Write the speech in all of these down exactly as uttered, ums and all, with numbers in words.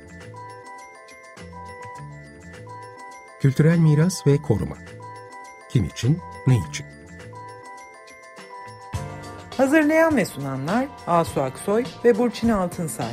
Kültürel miras ve koruma. Kim için, ne için? Hazırlayan ve sunanlar Asu Aksoy ve Burçin Altınsay.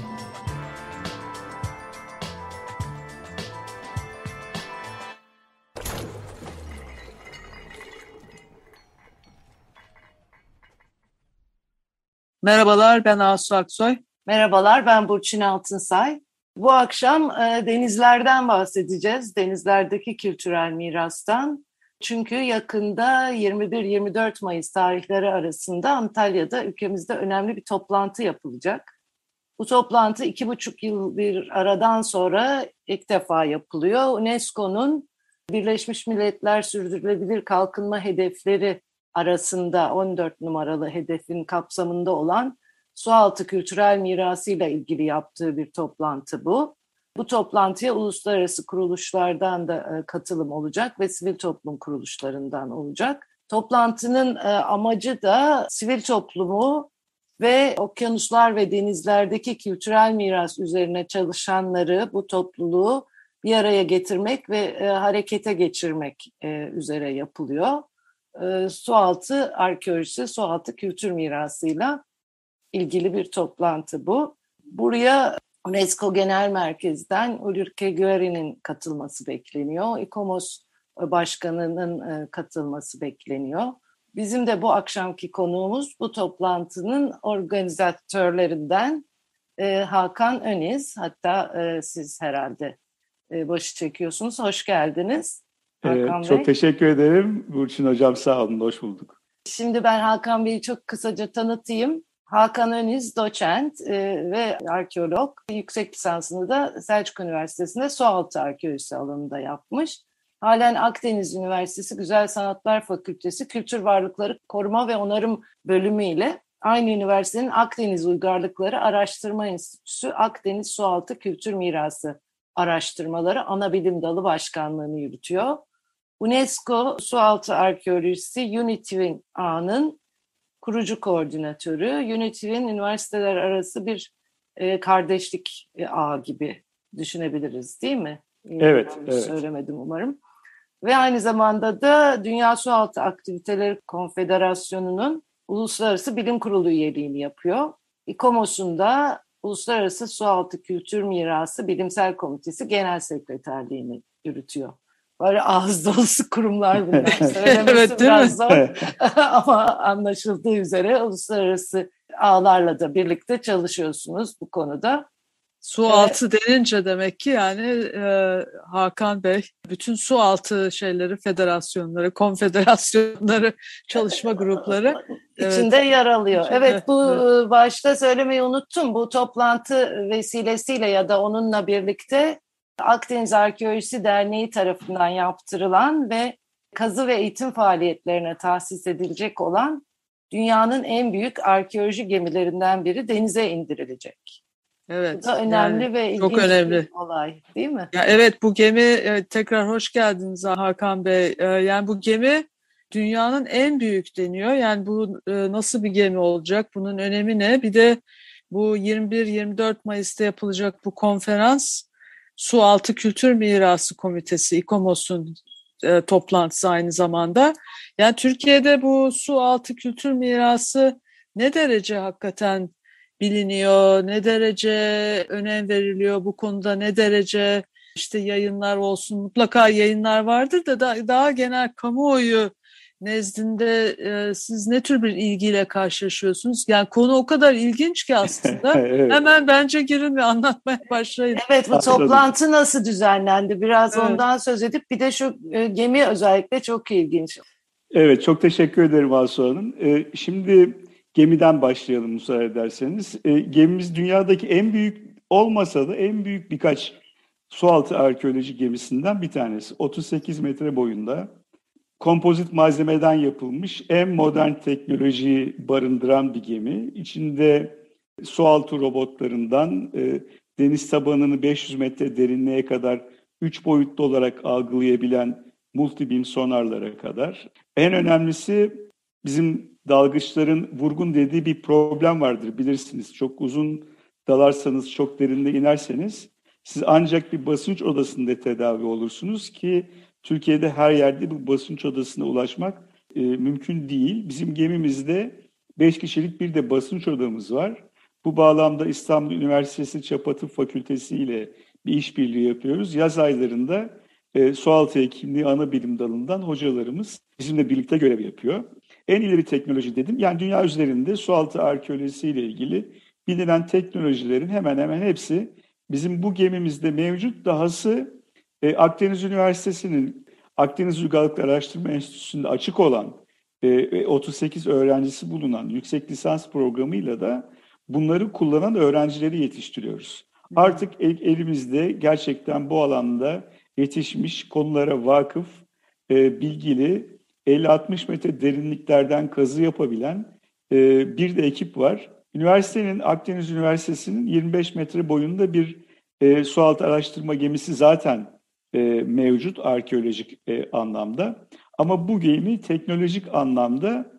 Merhabalar, ben Asu Aksoy. Merhabalar, ben Burçin Altınsay. Bu akşam e, denizlerden bahsedeceğiz, denizlerdeki kültürel mirastan. Çünkü yakında yirmi bir yirmi dört Mayıs tarihleri arasında Antalya'da ülkemizde önemli bir toplantı yapılacak. Bu toplantı iki buçuk yıl bir aradan sonra ilk defa yapılıyor. UNESCO'nun Birleşmiş Milletler Sürdürülebilir Kalkınma Hedefleri arasında on dört numaralı hedefin kapsamında olan sualtı kültürel mirasıyla ilgili yaptığı bir toplantı bu. Bu toplantıya uluslararası kuruluşlardan da katılım olacak ve sivil toplum kuruluşlarından olacak. Toplantının amacı da sivil toplumu ve okyanuslar ve denizlerdeki kültürel miras üzerine çalışanları, bu topluluğu bir araya getirmek ve harekete geçirmek üzere yapılıyor. Sualtı arkeolojisi, sualtı kültür mirasıyla ilgili bir toplantı bu. Buraya UNESCO Genel Merkez'den Ulrike Gueri'nin katılması bekleniyor. İKOMOS Başkanı'nın katılması bekleniyor. Bizim de bu akşamki konuğumuz bu toplantının organizatörlerinden Hakan Öniz. Hatta siz herhalde başı çekiyorsunuz. Hoş geldiniz Hakan evet, Bey. Çok teşekkür ederim. Burçin Hocam sağ olun, hoş bulduk. Şimdi ben Hakan Bey'i çok kısaca tanıtayım. Hakan Öniz doçent e, ve arkeolog. Yüksek lisansını da Selçuk Üniversitesi'nde sualtı arkeolojisi alanında yapmış. Halen Akdeniz Üniversitesi Güzel Sanatlar Fakültesi Kültür Varlıkları Koruma ve Onarım bölümü ile aynı üniversitenin Akdeniz Uygarlıkları Araştırma Enstitüsü Akdeniz Sualtı Kültür Mirası Araştırmaları Anabilim Dalı Başkanlığı'nı yürütüyor. UNESCO Sualtı Arkeolojisi UNITWIN ağının kurucu koordinatörü. UNITWIN üniversiteler arası bir e, kardeşlik e, ağı gibi düşünebiliriz, değil mi? Evet, yani evet. Söylemedim umarım. Ve aynı zamanda da Dünya Sualtı Aktiviteleri Konfederasyonu'nun Uluslararası Bilim Kurulu üyeliğini yapıyor. İKOMOS'un da Uluslararası Sualtı Kültür Mirası Bilimsel Komitesi Genel Sekreterliğini yürütüyor. Böyle ağız dolusu kurumlar bunlar. Söylemesi evet, biraz zor ama anlaşıldığı üzere uluslararası ağlarla da birlikte çalışıyorsunuz bu konuda. Sualtı evet. Denince demek ki yani e, Hakan Bey bütün sualtı şeyleri, federasyonları, konfederasyonları, çalışma grupları içinde evet. yer alıyor. Evet, bu evet. başta söylemeyi unuttum. Bu toplantı vesilesiyle ya da onunla birlikte Akdeniz Arkeolojisi Derneği tarafından yaptırılan ve kazı ve eğitim faaliyetlerine tahsis edilecek olan dünyanın en büyük arkeoloji gemilerinden biri denize indirilecek. Evet. Bu da önemli yani, ve ilginç önemli. bir olay, değil mi? Ya evet, bu gemi evet, tekrar hoş geldiniz Hakan Bey. Yani bu gemi dünyanın en büyük deniyor. Yani bu nasıl bir gemi olacak? Bunun önemi ne? Bir de bu yirmi bir yirmi dört Mayıs'ta yapılacak bu konferans Sualtı Kültür Mirası Komitesi İKOMOS'un e, toplantısı aynı zamanda. Yani Türkiye'de bu sualtı kültür mirası ne derece hakikaten biliniyor, ne derece önem veriliyor bu konuda, ne derece işte yayınlar olsun, mutlaka yayınlar vardır da daha, daha genel kamuoyu nezdinde e, siz ne tür bir ilgiyle karşılaşıyorsunuz? Yani konu o kadar ilginç ki aslında. evet. Hemen bence girin ve anlatmaya başlayın. Evet, bu Asladım. Toplantı nasıl düzenlendi? Biraz evet. ondan söz edip bir de şu e, gemi özellikle çok ilginç. Evet, çok teşekkür ederim Asu Hanım. E, şimdi gemiden başlayalım müsaade ederseniz. E, gemimiz dünyadaki en büyük olmasa da en büyük birkaç sualtı arkeoloji gemisinden bir tanesi. otuz sekiz metre boyunda. Kompozit malzemeden yapılmış en modern teknolojiyi barındıran bir gemi. İçinde sualtı robotlarından e, deniz tabanını beş yüz metre derinliğe kadar üç boyutlu olarak algılayabilen multibim sonarlara kadar. En önemlisi bizim dalgıçların vurgun dediği bir problem vardır bilirsiniz. Çok uzun dalarsanız, çok derinde inerseniz Siz ancak bir basınç odasında tedavi olursunuz ki Türkiye'de her yerde bu basınç odasına ulaşmak e, mümkün değil. Bizim gemimizde beş kişilik bir de basınç odamız var. Bu bağlamda İstanbul Üniversitesi Çapa Tıp Fakültesi ile bir işbirliği yapıyoruz. Yaz aylarında e, sualtı hekimliği ana bilim dalından hocalarımız bizimle birlikte görev yapıyor. En ileri teknoloji dedim. Yani dünya üzerinde sualtı arkeolojisi ile ilgili bilinen teknolojilerin hemen hemen hepsi bizim bu gemimizde mevcut. Dahası e, Akdeniz Üniversitesi'nin Akdeniz Uygarlıklar Araştırma Enstitüsü'nde açık olan e, otuz sekiz öğrencisi bulunan yüksek lisans programıyla da bunları kullanan öğrencileri yetiştiriyoruz. Artık el, elimizde gerçekten bu alanda yetişmiş, konulara vakıf, e, bilgili, elli altmış metre derinliklerden kazı yapabilen e, bir de ekip var. Üniversitenin, Akdeniz Üniversitesi'nin yirmi beş metre boyunda bir e, sualtı araştırma gemisi zaten e, mevcut arkeolojik e, anlamda. Ama bu gemi teknolojik anlamda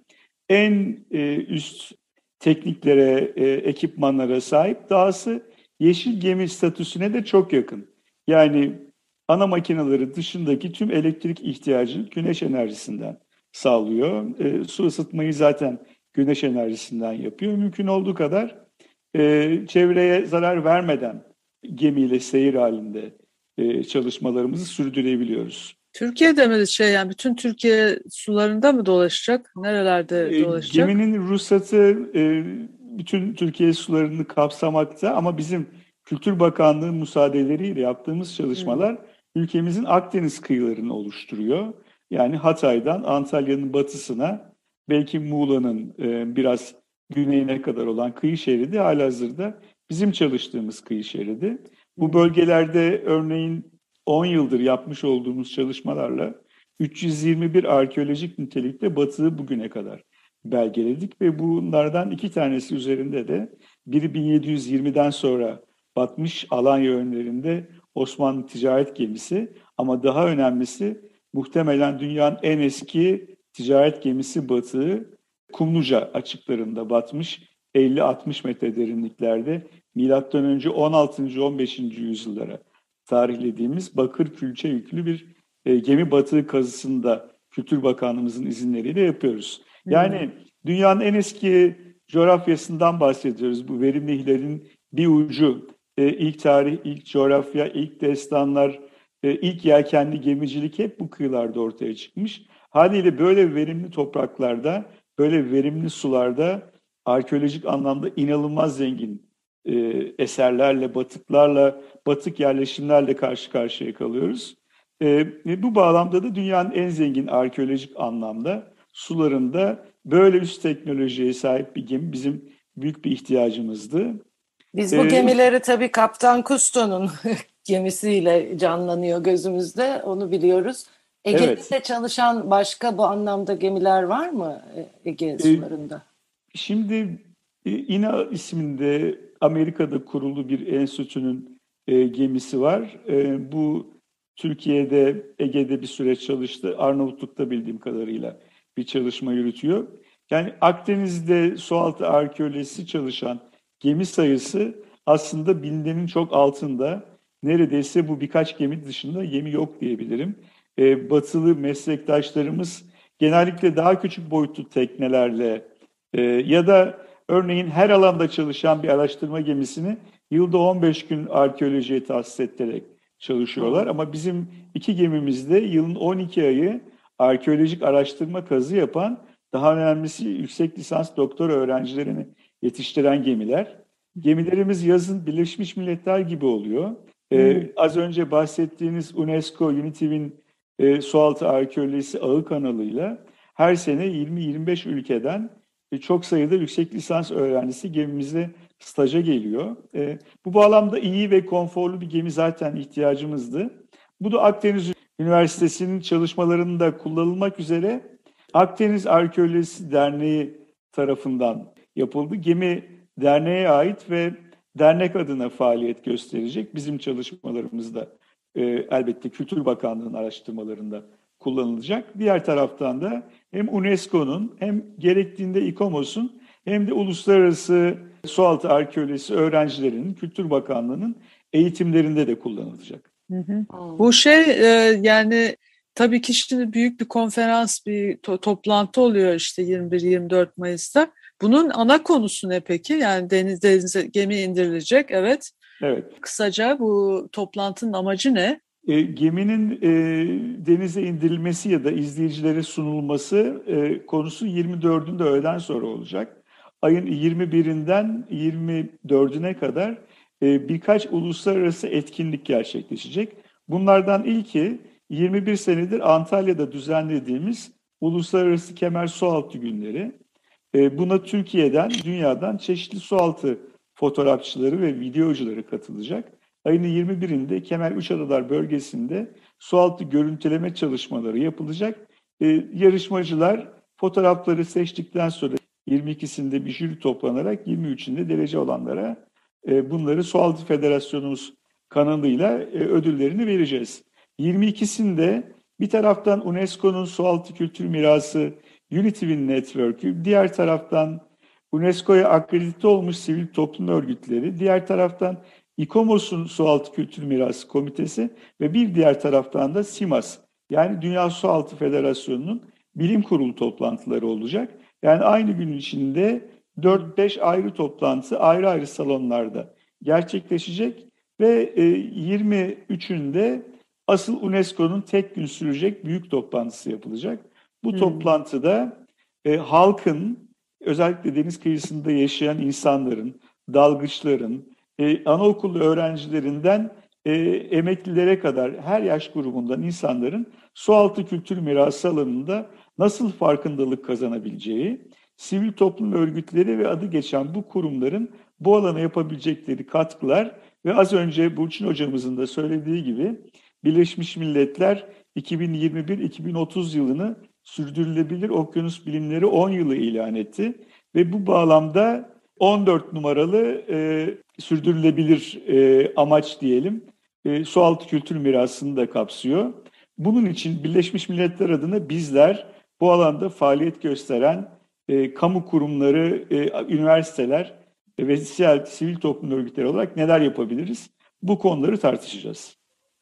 en e, üst tekniklere, e, ekipmanlara sahip. Dahası yeşil gemi statüsüne de çok yakın. Yani ana makineleri dışındaki tüm elektrik ihtiyacını güneş enerjisinden sağlıyor. E, su ısıtmayı zaten güneş enerjisinden yapıyor. Mümkün olduğu kadar e, çevreye zarar vermeden gemiyle seyir halinde e, çalışmalarımızı sürdürebiliyoruz. Türkiye'de mi şey yani bütün Türkiye sularında mı dolaşacak? Nerelerde E, dolaşacak? geminin ruhsatı e, bütün Türkiye sularını kapsamakta ama bizim Kültür Bakanlığı müsaadeleriyle yaptığımız çalışmalar hmm. ülkemizin Akdeniz kıyılarını oluşturuyor. Yani Hatay'dan Antalya'nın batısına, belki Muğla'nın e, biraz güneyine kadar olan kıyı şeridi halihazırda bizim çalıştığımız kıyı şeridi. Bu bölgelerde örneğin on yıldır yapmış olduğumuz çalışmalarla üç yüz yirmi bir arkeolojik nitelikte batığı bugüne kadar belgeledik ve bunlardan iki tanesi üzerinde de biri bin yedi yüz yirmiden sonra batmış Alanya önlerinde Osmanlı ticaret gemisi, ama daha önemlisi muhtemelen dünyanın en eski ticaret gemisi batığı Kumluca açıklarında batmış elli altmış metre derinliklerde milattan önce on altıncı on beşinci yüzyıllara tarihlediğimiz bakır külçe yüklü bir e, gemi batığı kazısında Kültür Bakanlığımızın izinleriyle yapıyoruz. Yani hmm. dünyanın en eski coğrafyasından bahsediyoruz. Bu verimli ihlarin bir ucu. E, ilk tarih, ilk coğrafya, ilk destanlar, e, ilk yelkenli gemicilik hep bu kıyılarda ortaya çıkmış. Haliyle böyle verimli topraklarda, böyle verimli sularda arkeolojik anlamda inanılmaz zengin e, eserlerle, batıklarla, batık yerleşimlerle karşı karşıya kalıyoruz. E, bu bağlamda da dünyanın en zengin arkeolojik anlamda sularında böyle üst teknolojiye sahip bir gemi bizim büyük bir ihtiyacımızdı. Biz bu ee, gemileri tabii Kaptan Cousteau'nun gemisiyle canlanıyor gözümüzde, onu biliyoruz. Ege'de evet. çalışan başka bu anlamda gemiler var mı Ege sularında? Ee, şimdi İ N A isminde Amerika'da kurulu bir enstitünün e, gemisi var. E, bu Türkiye'de, Ege'de bir süre çalıştı. Arnavutluk'ta bildiğim kadarıyla bir çalışma yürütüyor. Yani Akdeniz'de sualtı arkeolojisi çalışan gemi sayısı aslında bilinenin çok altında. Neredeyse bu birkaç gemi dışında gemi yok diyebilirim. E, batılı meslektaşlarımız genellikle daha küçük boyutlu teknelerle e, ya da örneğin her alanda çalışan bir araştırma gemisini yılda on beş gün arkeolojiye tahsis ettirerek çalışıyorlar. Ama bizim iki gemimizde yılın on iki ayı arkeolojik araştırma kazı yapan, daha önemlisi yüksek lisans doktora öğrencilerini yetiştiren gemiler. Gemilerimiz yazın Birleşmiş Milletler gibi oluyor. Ee, hmm. Az önce bahsettiğiniz UNESCO UNITIV'in e, sualtı arkeolojisi ağı kanalıyla her sene yirmi yirmi beş ülkeden e, çok sayıda yüksek lisans öğrencisi gemimize staja geliyor. E, bu bağlamda iyi ve konforlu bir gemi zaten ihtiyacımızdı. Bu da Akdeniz Üniversitesi'nin çalışmalarında kullanılmak üzere Akdeniz Arkeolojisi Derneği tarafından yapıldı. Gemi derneğe ait ve dernek adına faaliyet gösterecek. Bizim çalışmalarımızda e, elbette Kültür Bakanlığı'nın araştırmalarında kullanılacak. Diğer taraftan da hem UNESCO'nun hem gerektiğinde İKOMOS'un hem de Uluslararası Sualtı Arkeolojisi öğrencilerinin Kültür Bakanlığı'nın eğitimlerinde de kullanılacak. Hı hı. Bu şey e, yani tabii ki şimdi büyük bir konferans, bir to- toplantı oluyor işte yirmi bir yirmi dört Mayıs'ta. Bunun ana konusu ne peki? Yani deniz denize gemi indirilecek, evet. Evet. Kısaca bu toplantının amacı ne? E, geminin e, denize indirilmesi ya da izleyicilere sunulması e, konusu yirmi dördünde öğleden sonra olacak. Ayın yirmi birinden yirmi dördüne kadar e, birkaç uluslararası etkinlik gerçekleşecek. Bunlardan ilki yirmi bir senedir Antalya'da düzenlediğimiz Uluslararası Kemer Sualtı Günleri. E, buna Türkiye'den, dünyadan çeşitli sualtı fotoğrafçıları ve videocuları katılacak. Ayın yirmi birinde Kemer Üçadalar bölgesinde sualtı görüntüleme çalışmaları yapılacak. Ee, yarışmacılar fotoğrafları seçtikten sonra yirmi ikisinde bir jüri toplanarak yirmi üçünde derece olanlara e, bunları Sualtı Federasyonumuz kanalıyla e, ödüllerini vereceğiz. yirmi ikisinde bir taraftan UNESCO'nun Sualtı Kültür Mirası UniTwin Network'ü, diğer taraftan UNESCO'ya akredite olmuş sivil toplum örgütleri, diğer taraftan İKOMOS'un Sualtı Kültür Mirası Komitesi ve bir diğer taraftan da SİMAS, yani Dünya Sualtı Federasyonu'nun bilim kurulu toplantıları olacak. Yani aynı gün içinde dört beş ayrı toplantı ayrı ayrı salonlarda gerçekleşecek ve yirmi üçünde asıl UNESCO'nun tek gün sürecek büyük toplantısı yapılacak. Bu hmm. toplantıda e, halkın, özellikle deniz kıyısında yaşayan insanların, dalgıçların, e, anaokulu öğrencilerinden e, emeklilere kadar her yaş grubundan insanların sualtı kültür mirası alanında nasıl farkındalık kazanabileceği, sivil toplum örgütleri ve adı geçen bu kurumların bu alana yapabilecekleri katkılar ve az önce Burçin hocamızın da söylediği gibi Birleşmiş Milletler iki bin yirmi bir iki bin otuz yılını Sürdürülebilir Okyanus Bilimleri on yılı ilan etti ve bu bağlamda on dört numaralı e, sürdürülebilir e, amaç diyelim e, sualtı kültür mirasını da kapsıyor. Bunun için Birleşmiş Milletler adına bizler bu alanda faaliyet gösteren e, kamu kurumları, e, üniversiteler ve sivil, sivil toplum örgütleri olarak neler yapabiliriz? Bu konuları tartışacağız.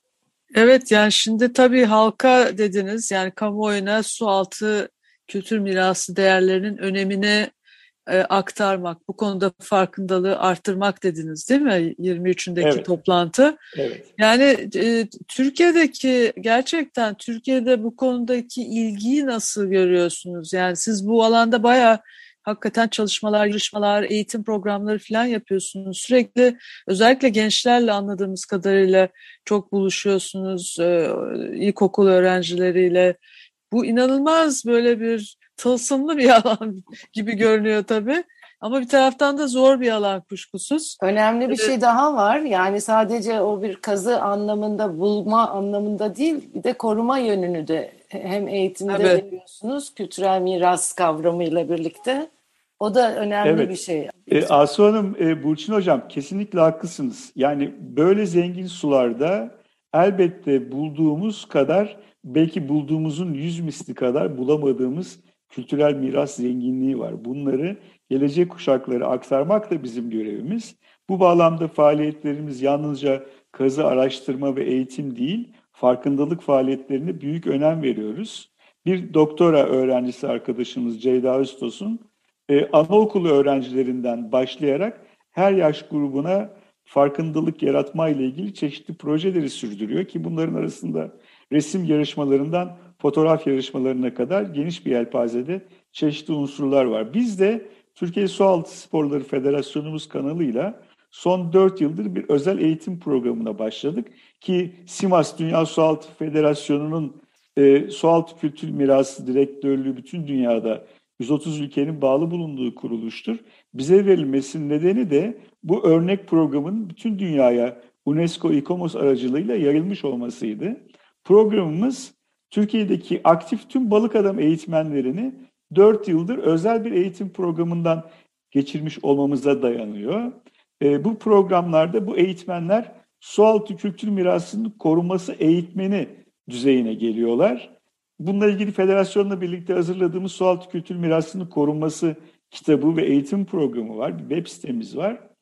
Evet, yani şimdi tabii halka dediniz, yani kamuoyuna sualtı kültür mirası değerlerinin önemini e, aktarmak, bu konuda farkındalığı artırmak dediniz değil mi? yirmi üçündeki evet. toplantı. Evet. Yani e, Türkiye'deki, gerçekten Türkiye'de bu konudaki ilgiyi nasıl görüyorsunuz? Yani siz bu alanda bayağı hakikaten çalışmalar, yarışmalar, eğitim programları falan yapıyorsunuz. Sürekli, özellikle gençlerle anladığımız kadarıyla çok buluşuyorsunuz, e, ilkokul öğrencileriyle. Bu inanılmaz böyle bir tılsımlı bir alan gibi görünüyor tabii. Ama bir taraftan da zor bir alan kuşkusuz. Önemli bir şey daha var. Yani sadece o bir kazı anlamında, bulma anlamında değil, bir de koruma yönünü de hem eğitimde evet. veriyorsunuz, kültürel miras kavramıyla birlikte. O da önemli evet. bir şey. E, Asu Hanım, e, Burçin Hocam kesinlikle haklısınız. Yani böyle zengin sularda elbette bulduğumuz kadar, belki bulduğumuzun yüz misli kadar bulamadığımız kültürel miras zenginliği var. Bunları gelecek kuşaklara aktarmak da bizim görevimiz. Bu bağlamda faaliyetlerimiz yalnızca kazı, araştırma ve eğitim değil, farkındalık faaliyetlerine büyük önem veriyoruz. Bir doktora öğrencisi arkadaşımız Ceyda Öztos'un e, anaokulu öğrencilerinden başlayarak her yaş grubuna farkındalık yaratma ile ilgili çeşitli projeleri sürdürüyor ki bunların arasında resim yarışmalarından fotoğraf yarışmalarına kadar geniş bir yelpazede çeşitli unsurlar var. Biz de Türkiye Sualtı Sporları Federasyonumuz kanalıyla son dört yıldır bir özel eğitim programına başladık ki SİMAS Dünya Sualtı Federasyonu'nun e, sualtı kültür mirası direktörlüğü bütün dünyada yüz otuz ülkenin bağlı bulunduğu kuruluştur. Bize verilmesinin nedeni de bu örnek programın bütün dünyaya UNESCO İKOMOS aracılığıyla yayılmış olmasıydı. Programımız Türkiye'deki aktif tüm balık adam eğitmenlerini dört yıldır özel bir eğitim programından geçirmiş olmamıza dayanıyor. E, bu programlarda bu eğitmenler sualtı kültür mirasının korunması eğitmeni düzeyine geliyorlar. Bununla ilgili federasyonla birlikte hazırladığımız Sualtı Kültür Mirasının Korunması kitabı ve eğitim programı var. Bir web sitemiz var.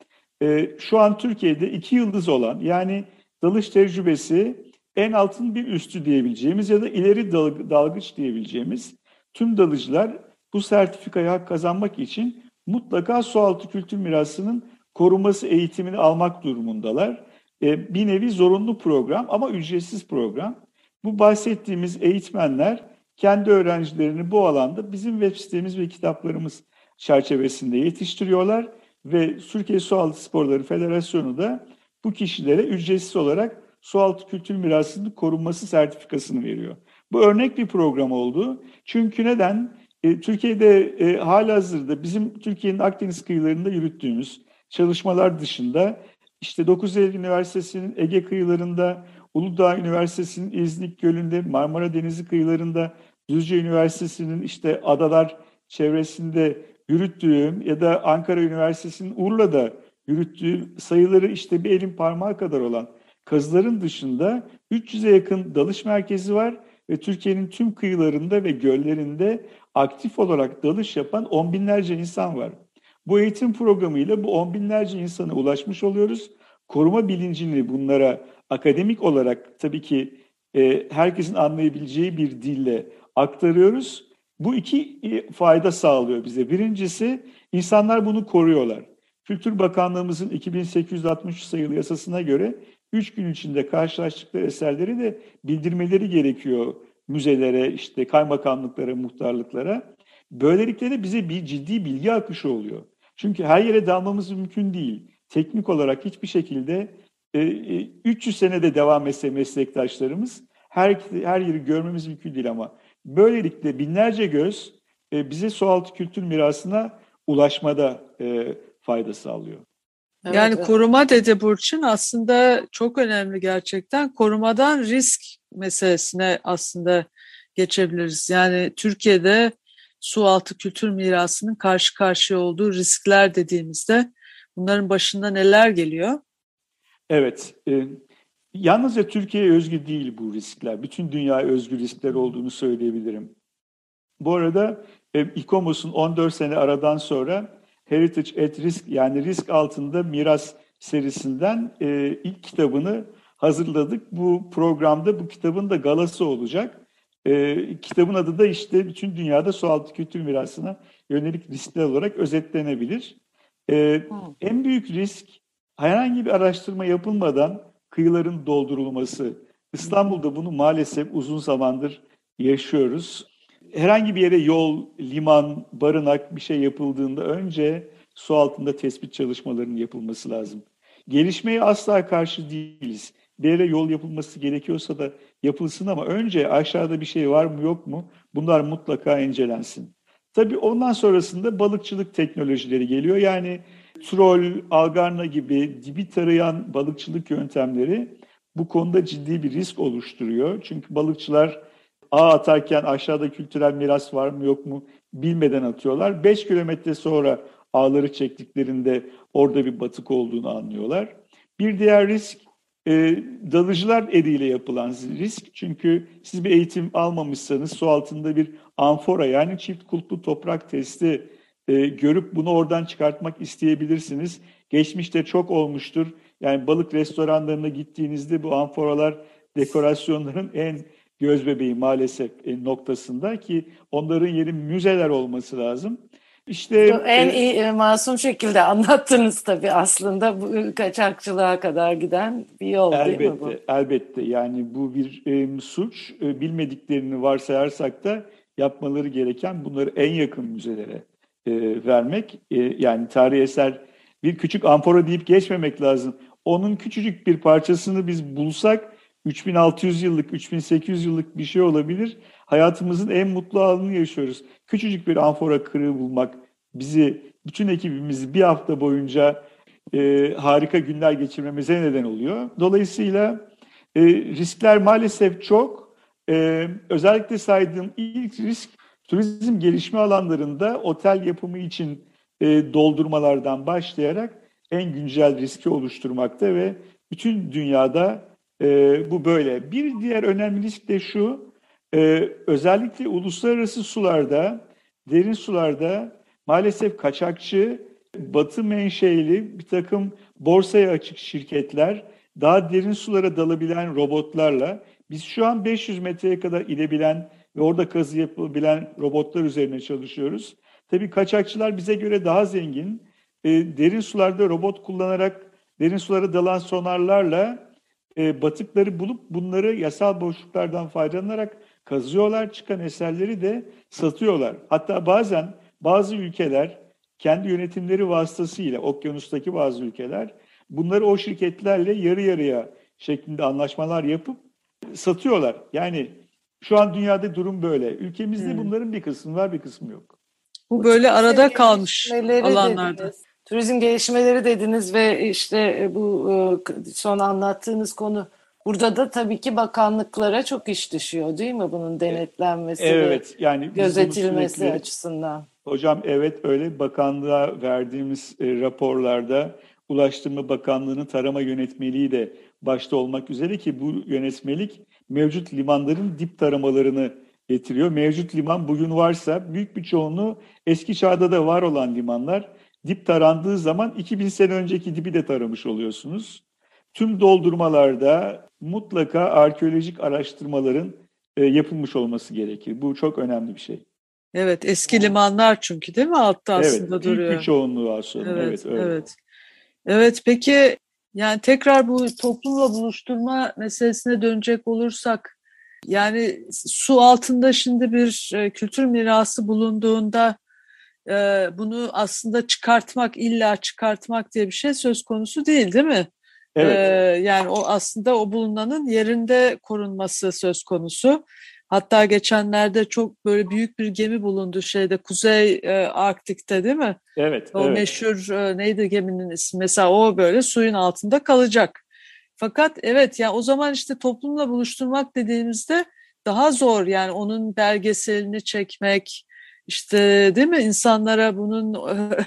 e, şu an Türkiye'de iki yıldız olan, yani dalış tecrübesi en altın bir üstü diyebileceğimiz ya da ileri dalg- dalgıç diyebileceğimiz tüm dalıcılar bu sertifikaya hak kazanmak için mutlaka sualtı kültür mirasının korunması eğitimini almak durumundalar. E, bir nevi zorunlu program ama ücretsiz program. Bu bahsettiğimiz eğitmenler kendi öğrencilerini bu alanda bizim web sitemiz ve kitaplarımız çerçevesinde yetiştiriyorlar ve Türkiye Sualtı Sporları Federasyonu da bu kişilere ücretsiz olarak sualtı kültür mirasının korunması sertifikasını veriyor. Bu örnek bir program oldu. Çünkü neden? E, Türkiye'de e, halihazırda bizim Türkiye'nin Akdeniz kıyılarında yürüttüğümüz çalışmalar dışında işte dokuz Eylül Üniversitesi'nin Ege kıyılarında, Uludağ Üniversitesi'nin İznik Gölü'nde, Marmara Denizi kıyılarında, Düzce Üniversitesi'nin işte adalar çevresinde yürüttüğüm ya da Ankara Üniversitesi'nin Urla'da yürüttüğü sayıları işte bir elin parmağı kadar olan kazıların dışında üç yüze yakın dalış merkezi var ve Türkiye'nin tüm kıyılarında ve göllerinde aktif olarak dalış yapan on binlerce insan var. Bu eğitim programıyla bu on binlerce insana ulaşmış oluyoruz. Koruma bilincini bunlara akademik olarak tabii ki e, herkesin anlayabileceği bir dille aktarıyoruz. Bu iki fayda sağlıyor bize. Birincisi, insanlar bunu koruyorlar. Kültür Bakanlığımızın iki bin sekiz yüz altmış sayılı yasasına göre üç gün içinde karşılaştıkları eserleri de bildirmeleri gerekiyor müzelere, işte kaymakamlıklara, muhtarlıklara. Böylelikle de bize bir ciddi bilgi akışı oluyor. Çünkü her yere dalmamız mümkün değil. Teknik olarak hiçbir şekilde üç yüz senede devam etse meslektaşlarımız her, her yeri görmemiz mümkün değil ama böylelikle binlerce göz bize sualtı kültür mirasına ulaşmada fayda sağlıyor. Evet, yani evet. Koruma dedi Burçin, aslında çok önemli gerçekten. Korumadan risk meselesine aslında geçebiliriz. Yani Türkiye'de sualtı kültür mirasının karşı karşıya olduğu riskler dediğimizde bunların başında neler geliyor? Evet, e, yalnızca Türkiye'ye özgü değil bu riskler. Bütün dünyaya özgü riskler olduğunu söyleyebilirim. Bu arada e, İKOMOS'un on dört sene aradan sonra Heritage at Risk, yani risk altında miras serisinden e, ilk kitabını hazırladık. Bu programda bu kitabın da galası olacak. E, kitabın adı da işte bütün dünyada sualtı kültür mirasına yönelik riskler olarak özetlenebilir. E, en büyük risk herhangi bir araştırma yapılmadan kıyıların doldurulması. İstanbul'da bunu maalesef uzun zamandır yaşıyoruz. Herhangi bir yere yol, liman, barınak bir şey yapıldığında önce su altında tespit çalışmalarının yapılması lazım. Gelişmeye asla karşı değiliz. Bir yere yol yapılması gerekiyorsa da yapılsın ama önce aşağıda bir şey var mı yok mu bunlar mutlaka incelensin. Tabii ondan sonrasında balıkçılık teknolojileri geliyor. Yani trol, algarna gibi dibi tarayan balıkçılık yöntemleri bu konuda ciddi bir risk oluşturuyor. Çünkü balıkçılar ağ atarken aşağıda kültürel miras var mı yok mu bilmeden atıyorlar. beş kilometre sonra ağları çektiklerinde orada bir batık olduğunu anlıyorlar. Bir diğer risk e, dalıcılar eliyle yapılan risk. Çünkü siz bir eğitim almamışsanız su altında bir amfora, yani çift kulplu toprak testi e, görüp bunu oradan çıkartmak isteyebilirsiniz. Geçmişte çok olmuştur. Yani balık restoranlarına gittiğinizde bu amforalar dekorasyonların en gözbebeği maalesef noktasında ki onların yeri müzeler olması lazım. İşte en e, iyi masum şekilde anlattınız tabii aslında bu kaçakçılığa kadar giden bir yol elbette, değil mi bu? Elbette. Yani bu bir e, suç. E, bilmediklerini varsayarsak da yapmaları gereken bunları en yakın müzelere e, vermek. E, yani tarihi eser bir küçük amfora deyip geçmemek lazım. Onun küçücük bir parçasını biz bulsak üç bin altı yüz yıllık, üç bin sekiz yüz yıllık bir şey olabilir. Hayatımızın en mutlu anını yaşıyoruz. Küçücük bir amfora kırığı bulmak bizi, bütün ekibimizi bir hafta boyunca e, harika günler geçirmemize neden oluyor. Dolayısıyla e, riskler maalesef çok. E, özellikle saydığım ilk risk turizm gelişme alanlarında otel yapımı için e, doldurmalardan başlayarak en güncel riski oluşturmakta ve bütün dünyada Ee, bu böyle. Bir diğer önemli risk de şu, e, özellikle uluslararası sularda, derin sularda maalesef kaçakçı Batı menşeli bir takım borsaya açık şirketler, daha derin sulara dalabilen robotlarla, biz şu an beş yüz metreye kadar inebilen ve orada kazı yapabilen robotlar üzerine çalışıyoruz. Tabii kaçakçılar bize göre daha zengin. E, derin sularda robot kullanarak, derin sulara dalan sonarlarla e, batıkları bulup bunları yasal boşluklardan faydalanarak kazıyorlar. Çıkan eserleri de satıyorlar. Hatta bazen bazı ülkeler kendi yönetimleri vasıtasıyla, okyanustaki bazı ülkeler bunları o şirketlerle yarı yarıya şeklinde anlaşmalar yapıp satıyorlar. Yani şu an dünyada durum böyle. Ülkemizde hmm. bunların bir kısmı var, bir kısmı yok. Bu böyle arada kalmış alanlarda. Dediniz, turizm gelişmeleri dediniz ve işte bu son anlattığınız konu. Burada da tabii ki bakanlıklara çok iş düşüyor değil mi? Bunun denetlenmesi evet, ve yani gözetilmesi sürekli, açısından. Hocam evet öyle, bakanlığa verdiğimiz e, raporlarda Ulaştırma Bakanlığı'nın tarama yönetmeliği de başta olmak üzere, ki bu yönetmelik mevcut limanların dip taramalarını getiriyor. Mevcut liman bugün varsa büyük bir çoğunluğu eski çağda da var olan limanlar. Dip tarandığı zaman iki bin sene önceki dibi de taramış oluyorsunuz. Tüm doldurmalarda mutlaka arkeolojik araştırmaların e, yapılmış olması gerekir. Bu çok önemli bir şey. Evet, eski limanlar çünkü değil mi altta aslında evet, duruyor. Büyük bir çoğunluğu aslında. Evet, evet, öyle. evet. Evet, peki yani tekrar bu toplumla buluşturma meselesine dönecek olursak, yani su altında şimdi bir e, kültür mirası bulunduğunda e, bunu aslında çıkartmak, illa çıkartmak diye bir şey söz konusu değil, değil mi? Evet. E, yani o aslında o bulunanın yerinde korunması söz konusu. Hatta geçenlerde çok böyle büyük bir gemi bulundu şeyde, Kuzey e, Arktik'te değil mi? Evet. O evet. meşhur e, neydi geminin ismi? Mesela o böyle suyun altında kalacak. Fakat evet, yani o zaman işte toplumla buluşturmak dediğimizde daha zor, yani onun belgeselini çekmek, işte değil mi, insanlara bunun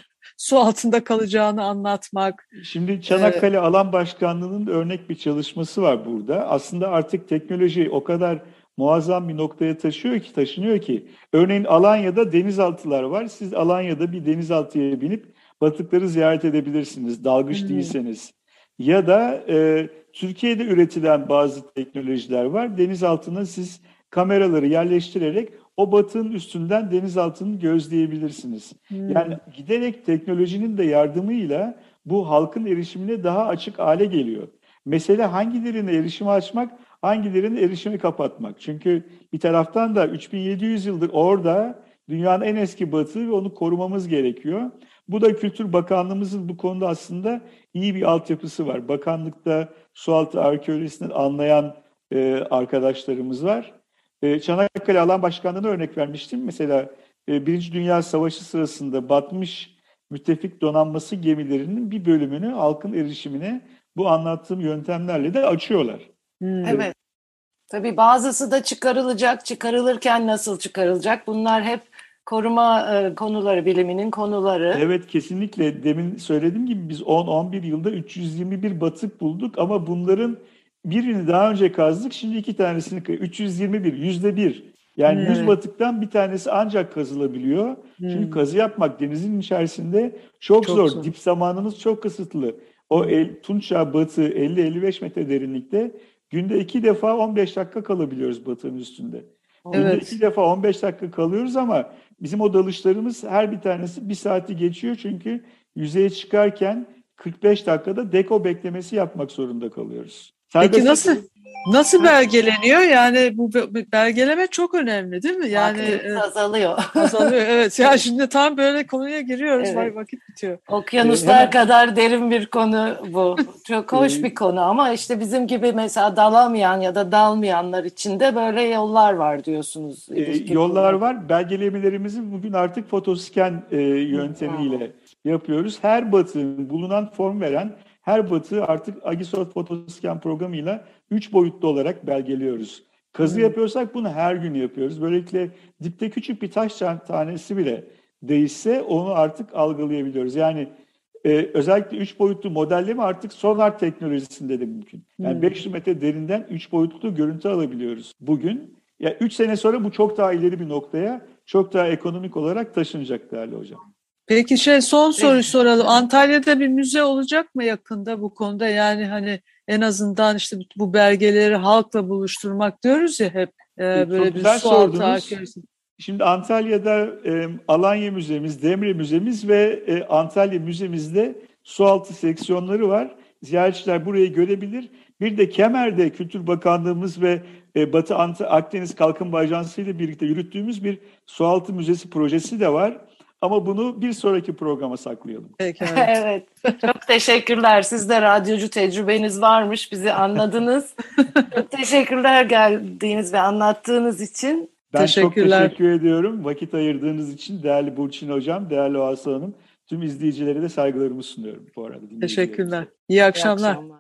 su altında kalacağını anlatmak. Şimdi Çanakkale ee, Alan Başkanlığı'nın örnek bir çalışması var burada. Aslında artık teknoloji o kadar muazzam bir noktaya taşıyor ki, taşınıyor ki. Örneğin Alanya'da denizaltılar var. Siz Alanya'da bir denizaltıya binip batıkları ziyaret edebilirsiniz, dalgıç hmm. değilseniz. Ya da e, Türkiye'de üretilen bazı teknolojiler var. Denizaltına siz kameraları yerleştirerek o batığın üstünden denizaltını gözleyebilirsiniz. Hmm. Yani giderek teknolojinin de yardımıyla bu halkın erişimine daha açık hale geliyor. Mesele hangilerine erişimi açmak, hangilerine erişimi kapatmak. Çünkü bir taraftan da üç bin yedi yüz yıldır orada dünyanın en eski batığı ve onu korumamız gerekiyor. Bu da Kültür Bakanlığımızın bu konuda aslında iyi bir altyapısı var. Bakanlıkta sualtı arkeolojisinden anlayan e, arkadaşlarımız var. E, Çanakkale Alan Başkanlığı'na örnek vermiştim. Mesela e, Birinci Dünya Savaşı sırasında batmış müttefik donanması gemilerinin bir bölümünü halkın erişimine bu anlattığım yöntemlerle de açıyorlar. Hmm. Evet. Tabii bazısı da çıkarılacak. Çıkarılırken nasıl çıkarılacak? Bunlar hep koruma e, konuları, biliminin konuları. Evet, kesinlikle. Demin söylediğim gibi biz on on bir yılda üç yüz yirmi bir batık bulduk ama bunların birini daha önce kazdık. Şimdi iki tanesini, üç yüz yirmi bir, yüzde bir. Yani hmm. yüz batıktan bir tanesi ancak kazılabiliyor. Hmm. Çünkü kazı yapmak denizin içerisinde çok, çok zor. zor. Dip zamanınız çok kısıtlı. O hmm. el, Tunç Çağı batığı elli elli beş metre derinlikte günde iki defa on beş dakika kalabiliyoruz batığın üstünde. Evet. Günde iki defa on beş dakika kalıyoruz ama bizim o dalışlarımız her bir tanesi bir saati geçiyor. Çünkü yüzeye çıkarken kırk beş dakikada deko beklemesi yapmak zorunda kalıyoruz. Serbest Peki nasıl nasıl belgeleniyor? Yani bu belgeleme çok önemli değil mi? Yani vakit azalıyor. Azalıyor evet. Ya şimdi tam böyle konuya giriyoruz. Evet. Vakit bitiyor. Okyanuslar ee, kadar derin bir konu bu. Çok hoş bir konu ama işte bizim gibi mesela dalamayan ya da dalmayanlar için de böyle yollar var diyorsunuz. E, yollar var. Belgelemelerimizi bugün artık fotosken e, yöntemiyle hmm. yapıyoruz. Her batığın bulunan form veren her batığı artık Agisoft fotosken programıyla üç boyutlu olarak belgeliyoruz. Kazı hmm. yapıyorsak bunu her gün yapıyoruz. Böylelikle dipte küçük bir taş tanesi bile değişse onu artık algılayabiliyoruz. Yani e, özellikle üç boyutlu modelleme artık sonar teknolojisinde de mümkün. Yani hmm. beş yüz metre derinden üç boyutlu görüntü alabiliyoruz bugün. Ya yani üç sene sonra bu çok daha ileri bir noktaya, çok daha ekonomik olarak taşınacak değerli hocam. Peki şey son soruyu soralım. Antalya'da bir müze olacak mı yakında bu konuda? Yani hani en azından işte bu belgeleri halkla buluşturmak diyoruz ya hep. E, böyle Çok bir güzel sualtı sordunuz. arkeolojisi. Şimdi Antalya'da e, Alanya Müzemiz, Demre Müzemiz ve e, Antalya Müzemizde sualtı seksiyonları var. Ziyaretçiler burayı görebilir. Bir de Kemer'de Kültür Bakanlığımız ve e, Batı Ant- Akdeniz Kalkınma Ajansı ile birlikte yürüttüğümüz bir sualtı müzesi projesi de var. Ama bunu bir sonraki programa saklayalım. Peki, evet. Evet. Çok teşekkürler. Siz de radyocu tecrübeniz varmış. Bizi anladınız. Çok teşekkürler geldiğiniz ve anlattığınız için. Ben çok Teşekkürler. teşekkür ediyorum. Vakit ayırdığınız için değerli Burçin Hocam, değerli Oğuzhan Hanım, tüm izleyicilere de saygılarımı sunuyorum bu arada. Teşekkürler. İyi akşamlar. İyi akşamlar.